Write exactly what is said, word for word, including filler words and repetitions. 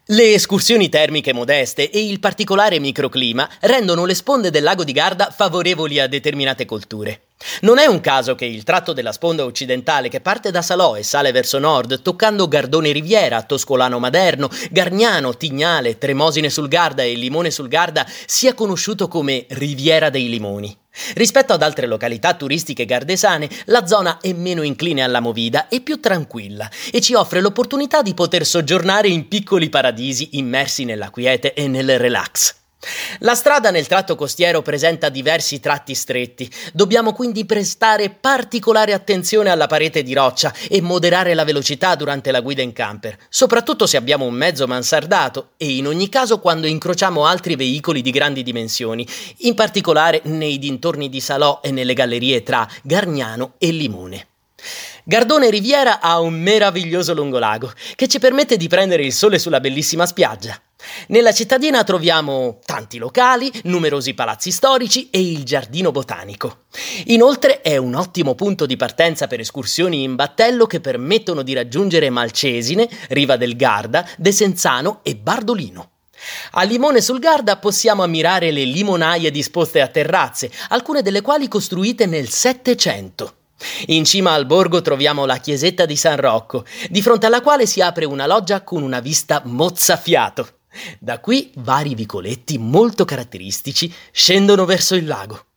Le escursioni termiche modeste e il particolare microclima rendono le sponde del lago di Garda favorevoli a determinate colture. Non è un caso che il tratto della sponda occidentale che parte da Salò e sale verso nord, toccando Gardone Riviera, Toscolano Maderno, Gargnano, Tignale, Tremosine sul Garda e Limone sul Garda, sia conosciuto come Riviera dei Limoni. Rispetto ad altre località turistiche gardesane, la zona è meno incline alla movida e più tranquilla e ci offre l'opportunità di poter soggiornare in piccoli paradisi immersi nella quiete e nel relax. La strada nel tratto costiero presenta diversi tratti stretti, dobbiamo quindi prestare particolare attenzione alla parete di roccia e moderare la velocità durante la guida in camper, soprattutto se abbiamo un mezzo mansardato e in ogni caso quando incrociamo altri veicoli di grandi dimensioni, in particolare nei dintorni di Salò e nelle gallerie tra Gargnano e Limone. Gardone Riviera ha un meraviglioso lungolago che ci permette di prendere il sole sulla bellissima spiaggia. Nella cittadina troviamo tanti locali, numerosi palazzi storici e il giardino botanico. Inoltre è un ottimo punto di partenza per escursioni in battello che permettono di raggiungere Malcesine, Riva del Garda, Desenzano e Bardolino. A Limone sul Garda possiamo ammirare le limonaie disposte a terrazze, alcune delle quali costruite nel Settecento. In cima al borgo troviamo la chiesetta di San Rocco, di fronte alla quale si apre una loggia con una vista mozzafiato. Da qui vari vicoletti molto caratteristici scendono verso il lago.